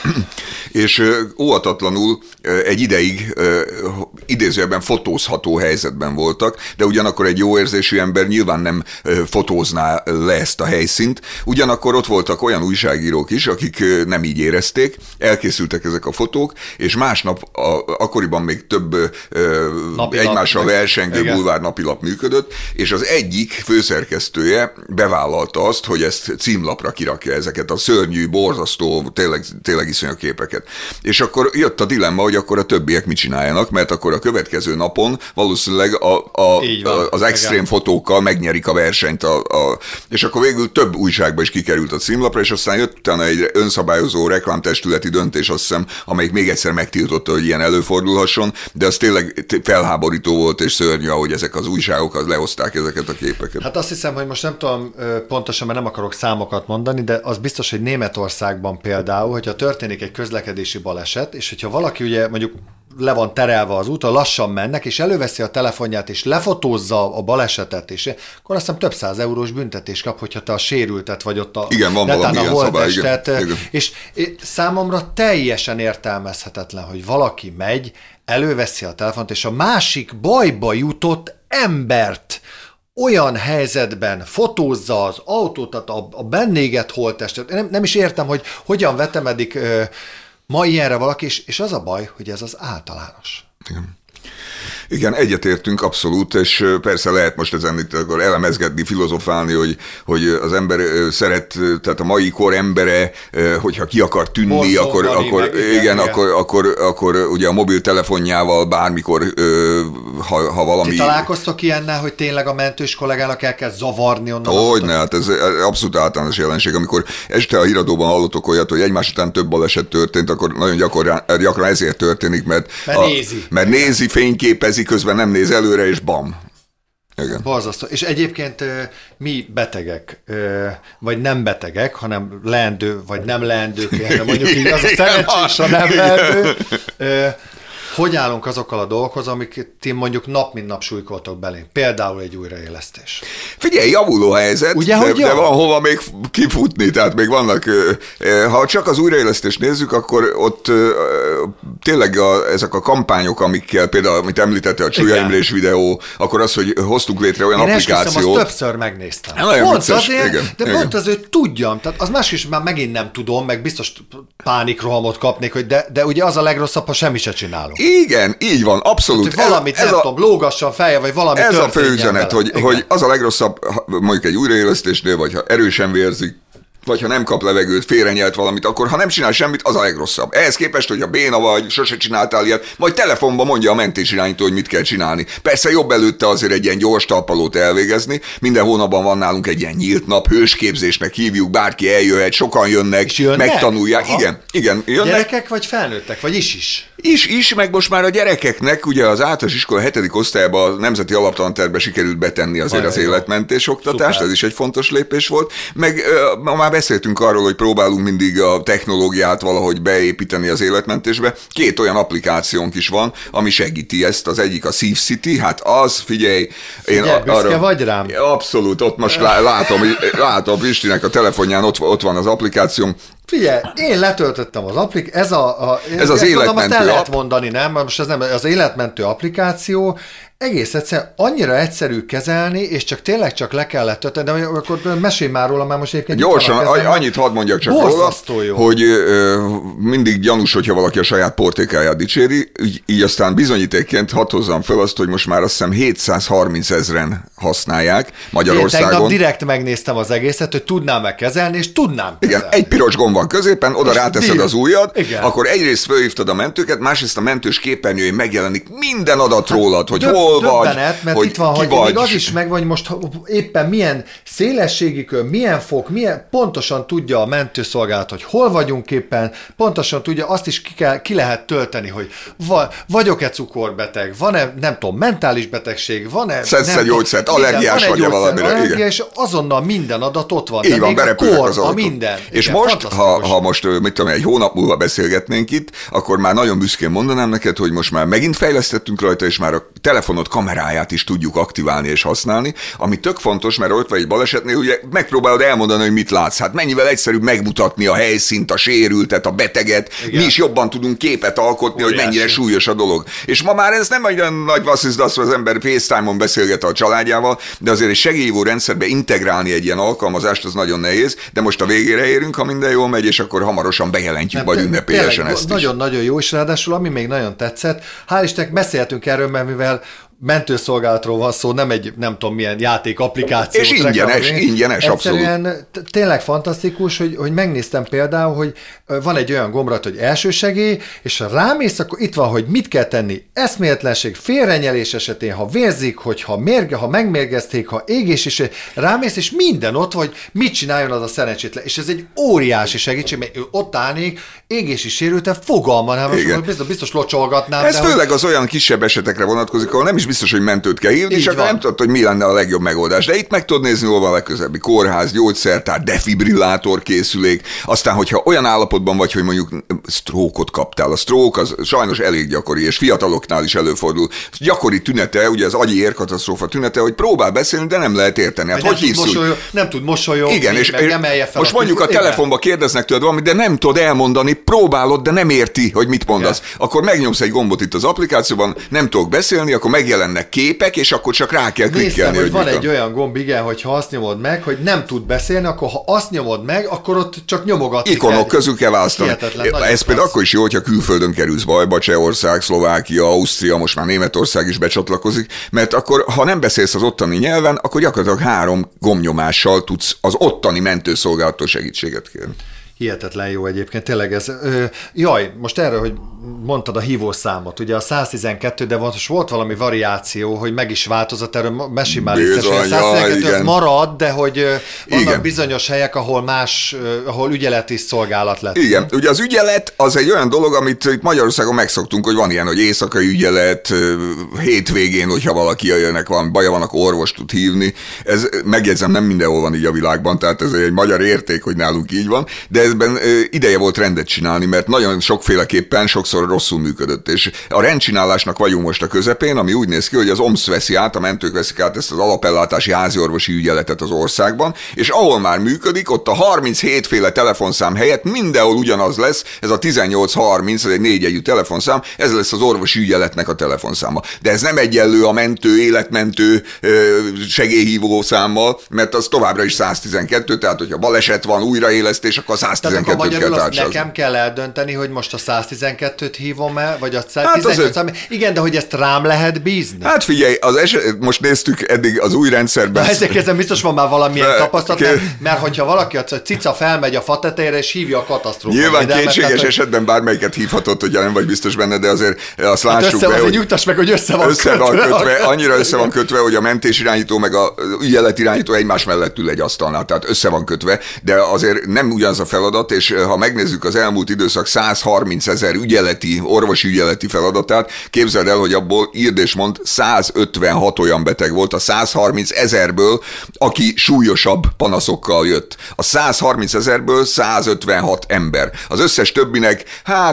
És óvatatlanul egy ideig idézőjelben fotózható helyzetben voltak, de ugyanakkor egy jó érzésű ember nyilván nem fotózná le ezt a helyszínt. Ugyanakkor ott voltak olyan újságírók is, akik nem így érezték, elkészültek ezek a fotók, és másnap akkoriban még több egymással versengő bulvár napilap működött, és az egyik főszerkesztője bevállalta azt, hogy ezt címlapra kirakja, ezeket a szörnyű, borzasztó, tényleg iszonyú képeket. És akkor jött a dilemma, hogy akkor a többiek mit csináljanak, mert akkor a következő napon valószínűleg az extrém fotókkal megnyerik a versenyt, és akkor végül több újságba is kikerült a címlapra, és aztán jött utána egy önszabályozó reklámtestületi döntés, azt hiszem, amelyik még egyszer megtiltotta, hogy ilyen előfordulhasson, de az tényleg felháborító volt és szörnyű, ahogy ezek az újságok lehozták ezeket a képeket. Hát azt hiszem, hogy most nem tudom pontosan, mert nem akarok számokat mondani, de az biztos, hogy Németországban például, hogyha történik egy közlekedési baleset, és hogyha valaki ugye mondjuk le van terelve az úton, lassan mennek, és előveszi a telefonját, és lefotózza a balesetet, és akkor azt hiszem több 100 eurós büntetés kap, hogyha te a sérültet vagy ott a holttestet. És számomra teljesen értelmezhetetlen, hogy valaki megy, előveszi a telefont, és a másik bajba jutott embert olyan helyzetben fotózza az autót, tehát a bennégett holttestet. Nem is értem, hogy hogyan vetemedik ma ilyenre valaki, és az a baj, hogy ez az általános. Igen. Igen, egyetértünk abszolút, és persze lehet most ezen itt akkor elemezgetni, filozofálni, hogy az ember szeret, tehát a mai kor embere, hogyha ki akar tűnni, akkor ugye a mobiltelefonjával bármikor, ha valami... Ti találkoztok ilyennel, hogy tényleg a mentős kollégának el kell zavarni onnan? Hogyne, hát ez abszolút általános jelenség. Amikor este a híradóban hallottok olyat, hogy egymás után több baleset történt, akkor nagyon gyakran ezért történik, mert nézi, fényképezi, közben nem néz előre, és bam. Igen. Borzasztó. És egyébként mi betegek, vagy nem betegek, hanem leendő, vagy nem leendők, mondjuk így az a szerencsés, a nem leendő, hogy állunk azokkal a dolgokhoz, amik ti mondjuk nap mint nap súlykoltok belé? Például egy újraélesztés. Figyelj, javuló helyzet, ugye, de van hova még kifutni, tehát még vannak, ha csak az újraélesztést nézzük, akkor ott tényleg ezek a kampányok, amikkel például, amit említette a Csúlya Imrés videó, akkor az, hogy hoztunk létre olyan applikációt. Én azt többször megnéztem. Pont azért, pont azért, hogy tudjam, tehát az más is már megint nem tudom, meg biztos pánikrohamot kapnék, hogy de ugye az a legrosszabb, ha semmit se csinálunk. Igen, így van, abszolút. Hát, valamit nem tudom, lógassan feje, vagy valami ez a fő üzenet, hogy az a legrosszabb, mondjuk egy újraélesztésnél, vagy ha erősen vérzik, vagy ha nem kap levegőt, félrenyelt valamit, akkor ha nem csinál semmit, az a legrosszabb. Ehhez képest, hogy a béna vagy, sose csináltál ilyet, majd telefonban mondja a mentésirányító, hogy mit kell csinálni. Persze jobb előtte azért egy ilyen gyors talpalót elvégezni. Minden hónapban van nálunk egy ilyen nyílt nap, hősképzésnek hívjuk, bárki eljöhet, sokan jönnek, megtanulják. Igen, jönnek. Gyerekek vagy felnőttek, vagy is? Is, meg most már a gyerekeknek, ugye az általános iskola 7. osztályában a nemzeti alaptantervbe sikerült betenni azért az életmentés oktatást, ez is egy fontos lépés volt. Meg már beszéltünk arról, hogy próbálunk mindig a technológiát valahogy beépíteni az életmentésbe. 2 olyan applikációnk is van, ami segíti ezt. Az egyik a SafeCity, hát az, figyelj, büszke vagy rám? Abszolút, ott most látom Pistinek a telefonján, ott van az applikációm. Figyelj, én letöltöttem az applikációt, ez az életmentő azt el lehet mondani, nem? Most ez nem az életmentő applikáció, egész egyszer annyira egyszerű kezelni, és tényleg csak le kellett tölteni, de akkor mesélj már róla, már most egyébként... Gyorsan, annyit hadd mondjak csak róla, hogy mindig gyanús, hogyha valaki a saját portékáját dicséri, így aztán bizonyítékként hadd hozzam fel azt, hogy most már azt hiszem 730 000 használják Magyarországon. Én tegnap direkt megnéztem az egészet, hogy tudnám-e kezelni, és tudnám kezelni. Igen, egy piros gomb van középen, oda ráteszed az ujjad, akkor egyrészt fölhívtad a mentőket, másrészt a mentős képernyőjén megjelenik minden adat rólad, hogy hol döbbenet, mert itt van, hogy még az is meg, hogy most éppen milyen szélességi kör, milyen fok, pontosan tudja a mentőszolgálat, hogy hol vagyunk éppen, pontosan tudja, azt is ki lehet tölteni, hogy vagyok-e cukorbeteg, van-e, nem tudom, mentális betegség, van-e... Szedsz egy gyógyszert, allergiás vagy-e valamire. Igen. És azonnal minden adat ott van. Így van, berepülnek az adatok. Minden. És igen, most, ha most, mit tudom, egy hónap múlva beszélgetnénk itt, akkor már nagyon büszkén mondanám neked, hogy most már megint fejlesztettünk rajta, és már a telefonod kameráját is tudjuk aktiválni és használni, ami tök fontos, mert ott vagy egy balesetnél, ugye megpróbálod elmondani, hogy mit látsz. Hát mennyivel egyszerűbb megmutatni a helyszínt, a sérültet, a beteget, igen. Mi is jobban tudunk képet alkotni, óriási, hogy mennyire súlyos a dolog. És ma már ez nem olyan nagy vasszizdasz, hogy az ember FaceTime-on beszélget a családjával, de azért egy segélyhívó rendszerbe integrálni egy ilyen alkalmazást, az nagyon nehéz, de most a végére érünk, ha minden jól megy, és akkor hamarosan bejelentjük, vagy ünnepélyesen ezt is. Nagyon-nagyon jó, és ráadásul ami még nagyon tetszett, hál' Istennek beszéltünk erről, mert mivel mentőszolgálatról van szó, nem egy nem tudom milyen játék applikáció. És ingyenes, abszolút. Egyszerűen tényleg fantasztikus, hogy megnéztem például, hogy van egy olyan gombrajt, hogy elsősegély, és ha rámész, akkor itt van, hogy mit kell tenni. Eszméletlenség, félrenyelés esetén, ha vérzik, ha megmérgezték, ha égés is, rámész, és minden ott, hogy mit csináljon az a szerencsétlen. És ez egy óriási segítség, mert ő ott állnék, égési sérülten, fogalma nem, biztos locsolgatnám. Ez főleg az olyan kisebb esetekre vonatkozik, ahol nem is biztos, hogy mentőt kell hívni, és akkor nem tudod, hogy mi lenne a legjobb megoldás. De itt meg tudod nézni, hol van a legközelebbi kórház, gyógyszertár, defibrillátor készülék. Aztán, hogyha olyan állapotban vagy, hogy mondjuk stroke-ot kaptál. A stroke az sajnos elég gyakori, és fiataloknál is előfordul. Gyakori tünete, ugye az agyi érkatasztrófa tünete, hogy próbál beszélni, de nem lehet érteni. Hát hogy hívsz, nem tud mosolyogni, igen, és most mondjuk a telefonba kérdeznek tőled valamit, de nem tudod elmondani, próbálod, de nem érti, hogy mit mondasz. Igen. Akkor megnyomsz egy gombot itt az applikációban, nem tudok beszélni, akkor megjelenik megjelennek képek, és akkor csak rá kell klikkelni. Néztem, hogy van egy olyan gomb, igen, hogy ha azt nyomod meg, hogy nem tud beszélni, akkor ha azt nyomod meg, akkor ott csak nyomogatni ikonok közül kell választani. Ez például akkor is jó, hogyha külföldön kerülsz bajba, Csehország, Szlovákia, Ausztria, most már Németország is becsatlakozik, mert akkor, ha nem beszélsz az ottani nyelven, akkor gyakorlatilag 3 gombnyomással tudsz az ottani mentőszolgálattól segítséget kérni. Hihetetlen jó egyébként, tényleg ez. Jaj, most erről, hogy mondtad a hívószámot, ugye a 112, de most volt valami variáció, hogy meg is változott, erről mesélj már részes, hogy a 112 az marad, de hogy vannak bizonyos helyek, ahol ügyeleti szolgálat lett. Igen, ugye az ügyelet az egy olyan dolog, amit itt Magyarországon megszoktunk, hogy van ilyen, hogy éjszakai ügyelet, hétvégén, hogyha valaki jönnek, van baja van, akkor orvos tud hívni. Ez megjegyzem, nem mindenhol van így a világban, tehát ez egy magyar érték, hogy nálunk így van, de ezben ideje volt rendet csinálni, mert nagyon sokféleképpen sokszor rosszul működött, és a rendcsinálásnak vagyunk most a közepén, ami úgy néz ki, hogy az OMSZ veszi át, a mentők veszik át ezt az alapellátási háziorvosi ügyeletet az országban, és ahol már működik, ott a 37 féle telefonszám helyett mindenhol ugyanaz lesz, ez a 1830, ez egy 4 jegyű telefonszám, ez lesz az orvosi ügyeletnek a telefonszáma. De ez nem egyenlő a mentő, életmentő segélyhívó számmal, mert az továbbra is 112, tehát hogyha baleset van, újraélesztés, akkor 112-t kell tárcsázni. Nekem kell eldönteni, hogy most a 112-t hívom-e, vagy a 118-t. Hát igen, de hogy ezt rám lehet bízni? Hát figyelj, most néztük eddig az új rendszerben. Ezen biztos van már valamilyen tapasztalat, mert hogyha valaki a cica felmegy a fa tetejére, és hívja a katasztrófa. Nyilván kétséges esetben bármelyiket hívhatod, hogyha nem vagy biztos benne, de azért azt lássuk be, hogy nyugtass meg, hogy össze van kötve. Annyira össze van kötve, hogy a mentésirányító meg a ügyeletirányító egymás mellett ül egy asztalnál, tehát össze van kötve, de azért nem ugyanaz a feladat, és ha megnézzük az elmúlt időszak 130 000 orvosi ügyeleti feladatát, képzeld el, hogy abból írd és mond 156 olyan beteg volt a 130 000-ből, aki súlyosabb panaszokkal jött. A 130 000-ből 156 ember. Az összes többinek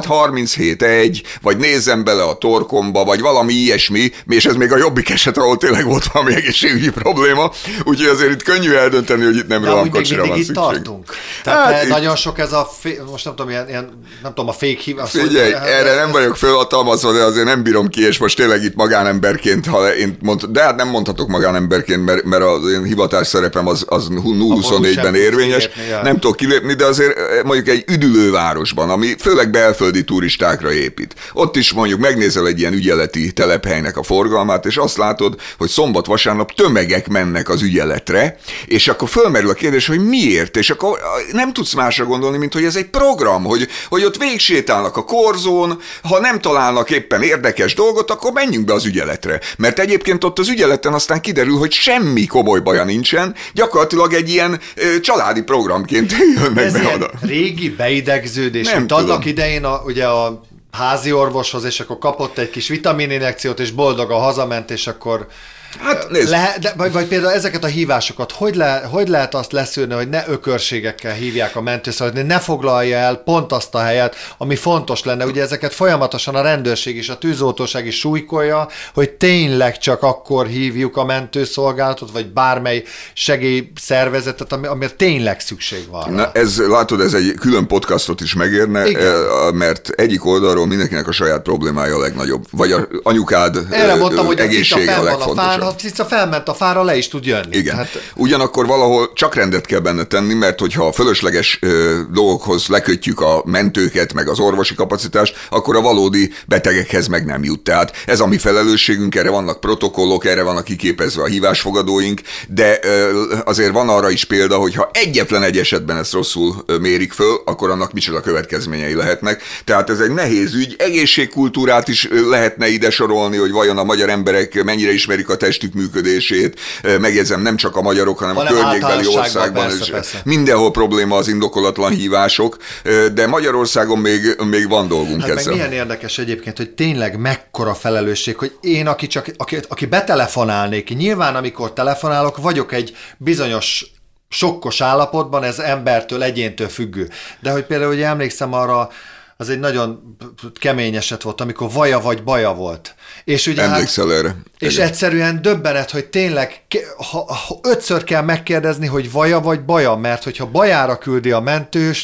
37-1, vagy nézzem bele a torkomba, vagy valami ilyesmi, és ez még a jobbik eset, ahol tényleg volt valami egészségügyi probléma, úgyhogy azért itt könnyű eldönteni, hogy itt nem rohamkocsira van szükség. Tartunk. Tehát nagyon sok ez a, most nem tudom, nem tudom, a fake hívás. Figyelj, erre nem vagyok fölhatalmazva, de azért nem bírom ki, és most tényleg itt magánemberként, ha én de hát nem mondhatok magánemberként, mert az én hivatás szerepem az 0-24-ben érvényes, nem tudok kilépni, de azért mondjuk egy üdülővárosban, ami főleg belföldi turistákra épít. Ott is mondjuk megnézel egy ilyen ügyeleti telephelynek a forgalmát, és azt látod, hogy szombat-vasárnap tömegek mennek az ügyeletre, és akkor fölmerül a kérdés, hogy miért, és akkor nem tudsz másra gondolni, mint hogy ez egy program, hogy ott végsétálnak a korzón, ha nem találnak éppen érdekes dolgot, akkor menjünk be az ügyeletre. Mert egyébként ott az ügyeleten aztán kiderül, hogy semmi komoly baja nincsen, gyakorlatilag egy ilyen családi programként jönnek ez be oda. Régi beidegződés, mint annak idején ugye a házi orvoshoz, és akkor kapott egy kis vitamininjekciót, és boldogan hazament, és akkor hát nézd. Vagy például ezeket a hívásokat, hogy lehet azt leszűrni, hogy ne ökörségekkel hívják a mentőszolgálatot, ne foglalja el pont azt a helyet, ami fontos lenne. Ugye ezeket folyamatosan a rendőrség és a tűzoltóság is súlykolja, hogy tényleg csak akkor hívjuk a mentőszolgálatot, vagy bármely segélyszervezetet, amire tényleg szükség van. Na, látod, ez egy külön podcastot is megérne, mert egyik oldalról mindenkinek a saját problémája a legnagyobb. Vagy a anyukád egészsége a legfontosabb. Ha cica felment a fára, le is tud jönni. Igen. Hát ugyanakkor valahol csak rendet kell benne tenni, mert hogyha a fölösleges dolgokhoz lekötjük a mentőket, meg az orvosi kapacitást, akkor a valódi betegekhez meg nem jut. Tehát ez a mi felelősségünk, erre vannak protokollok, erre vannak kiképezve a hívásfogadóink, de azért van arra is példa, hogyha egyetlen egy esetben ezt rosszul mérik föl, akkor annak micsoda következményei lehetnek. Tehát ez egy nehéz ügy, egészségkultúrát is lehetne ide sorolni, hogy vajon a magyar emberek mennyire ismerik a testük működését, megjegyzem, nem csak a magyarok, hanem a környékbeli országban. Persze. Mindenhol probléma az indokolatlan hívások, de Magyarországon még van dolgunk ezzel. Meg milyen érdekes egyébként, hogy tényleg mekkora felelősség, hogy én, aki betelefonálnék, nyilván amikor telefonálok, vagyok egy bizonyos sokkos állapotban, ez embertől, egyéntől függő. De hogy például, hogy emlékszem arra, az egy nagyon kemény eset volt, amikor vaja vagy baja volt. És ugye emlékszel erre. És egyszerűen döbbenet, hogy tényleg ha 5-ször kell megkérdezni, hogy vaja vagy baja, mert hogyha bajára küldi a mentős,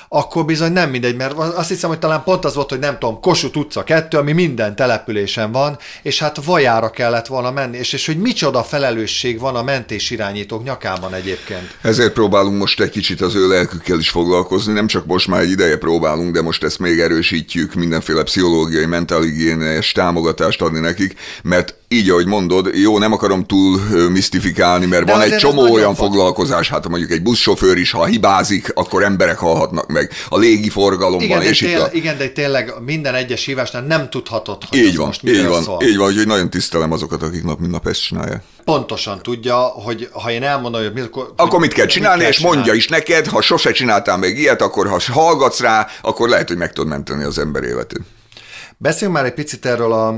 akkor bizony nem mindegy, mert azt hiszem, hogy talán pont az volt, hogy nem tudom, Kossuth utca 2, ami minden településen van, és hát Vajára kellett volna menni, és hogy micsoda felelősség van a mentésirányítók nyakában egyébként. Ezért próbálunk most egy kicsit az ő lelkükkel is foglalkozni, nem csak most már egy ideje próbálunk, de most ezt még erősítjük, mindenféle pszichológiai, mentálhigiéniás támogatást adni nekik, mert így, ahogy mondod, jó, nem akarom túl misztifikálni, mert de van egy csomó olyan foglalkozás, hát mondjuk egy buszsofőr is, ha hibázik, akkor emberek halhatnak meg. A légiforgalomban, igen, de tényleg minden egyes hívásnál nem tudhatod, hogy így van, most miről szól. Így van, úgyhogy nagyon tisztelem azokat, akik nap mint nap ezt csinálják. Pontosan tudja, hogy ha én elmondom, hogy akkor mit kell csinálni, és mondja is neked, ha sose csináltál még ilyet, akkor ha hallgatsz rá, akkor lehet, hogy meg tudod menteni az ember életét. Beszéljünk már egy picit erről a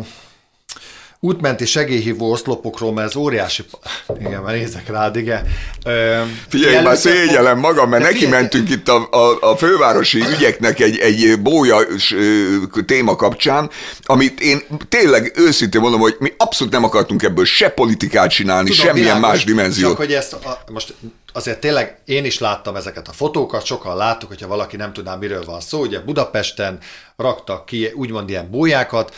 útmenti segélyhívó oszlopokról, mert ez óriási... Igen, már nézek rád, igen. Figyelj, már szégyellem magam, mert neki mentünk itt a fővárosi ügyeknek egy bója téma kapcsán, amit én tényleg őszintén mondom, hogy mi abszolút nem akartunk ebből se politikát csinálni, tudom, semmilyen világos, más dimenziót. Csak hogy ezt most azért tényleg én is láttam ezeket a fotókat, sokan láttuk, hogyha valaki nem tudná, miről van szó, ugye Budapesten raktak ki úgymond ilyen bójákat,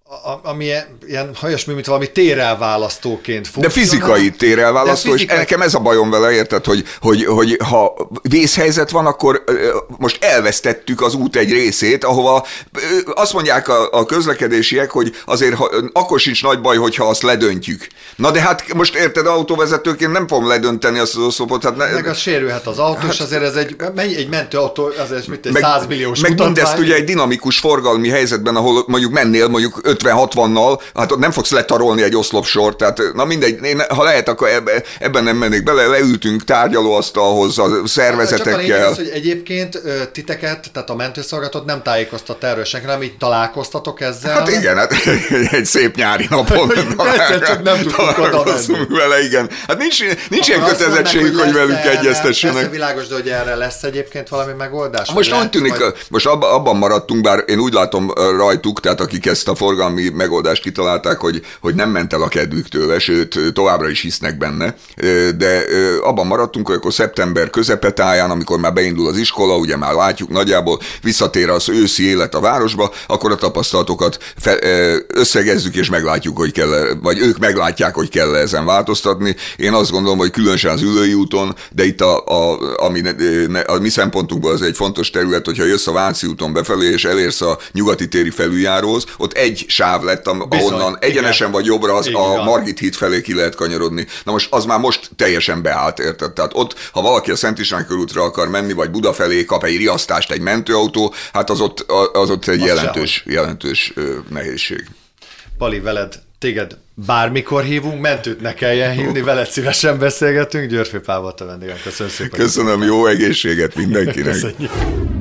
ami ilyen olyasmi, mint valami térelválasztóként funkcionál. De fizikai térelválasztó, és nekem ez a bajom vele, érted, hogy ha vészhelyzet van, akkor most elvesztettük az út egy részét, ahova azt mondják a közlekedésiek, hogy azért akkor sincs nagy baj, hogyha azt ledöntjük. Na de hát most érted, autóvezetőként nem fogom ledönteni azt az oszlopot. Hát meg az sérülhet az autó, és azért ez egy mentőautó, azért egy 100 milliós meg mindezt ugye egy dinamikus forgalmi helyzetben, ahol mondjuk mennél, mondjuk 50-60-nal, hát ott nem fogsz letarolni egy oszlopsort, tehát na mindegy, ha lehet, akkor ebben nem mennék bele, leültünk tárgyalóasztalhoz a szervezetekkel. Csak a lényeg az, hogy egyébként titeket, tehát a mentőszolgálatot nem tájékoztat erről senki, nem így találkoztatok ezzel? Hát igen, hát egy szép nyári napon. Csak nem tudunk oda menni. Vele, igen. Hát nincs ilyen kötelezettségük, hogy velünk egyeztessenek. Persze világos, de hogy erre lesz egyébként valami megoldás? Most úgy tűnik, most abban maradtunk, bár én úgy látom rajtuk, tehát akik ezt a forgalmi megoldást kitalálták, hogy nem ment el a kedvüktől, sőt, továbbra is hisznek benne, de abban maradtunk, hogy akkor szeptember közepetáján, amikor már beindul az iskola, ugye már látjuk nagyjából, visszatér az őszi élet a városba, akkor a tapasztalatokat összegezzük, és meglátjuk, hogy kell, vagy ők meglátják, hogy kell ezen változtatni. Én azt gondolom, hogy különösen az Üllői úton, de itt ami a mi szempontunkból az egy fontos terület, hogyha jössz a Váci úton befelé, és elérsz a nyugati téri felüljáróhoz, ott egy sáv lett, ahonnan egyenesen vagy jobbra a Margit híd felé ki lehet kanyarodni. Na most az már most teljesen beállt, érted? Tehát ott, ha valaki a Szent István körútra akar menni, vagy Buda felé kap egy riasztást egy mentőautó, hát az ott egy jelentős nehézség. Pali, téged bármikor hívunk, mentőt ne kelljen hívni, veled szívesen beszélgetünk. Györfi Pál volt a vendégem. Köszönöm szépen. Köszönöm, jó egészséget mindenkinek. Köszönjük.